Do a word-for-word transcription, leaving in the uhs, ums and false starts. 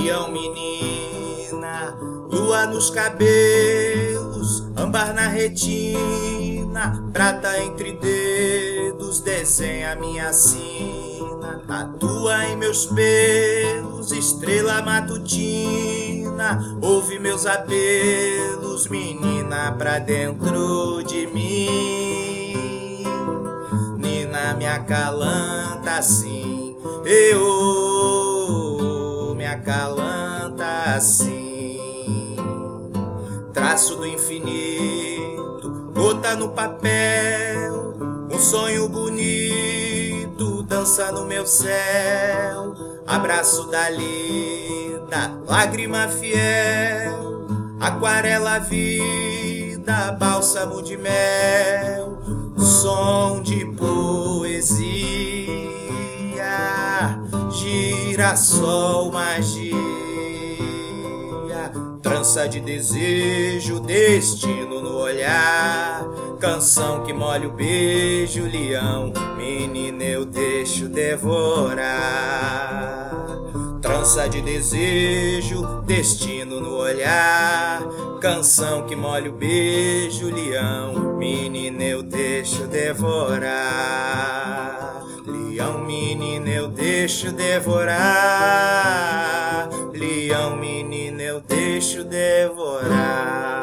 leão, menina, lua nos cabelos, âmbar na retina, prata entre dedos, desenha minha sina, tatua em meus pelos, estrela matutina, ouve meus apelos, menina, pra dentro de mim. Nina, me acalanta assim, eu me acalanta assim. Traço do infinito, gota no papel, um sonho bonito dança no meu céu. Abraço da lida, lágrima fiel, aquarela vida, bálsamo de mel, som de poesia, girassol, magia, trança de desejo, destino no olhar, canção que molha o beijo, leão, menina, eu deixo devorar. Trança de desejo, destino no olhar, canção que molha o beijo, leão, menina, eu deixo devorar. Leão, menina, eu deixo devorar. Leão, menina, eu deixo devorar.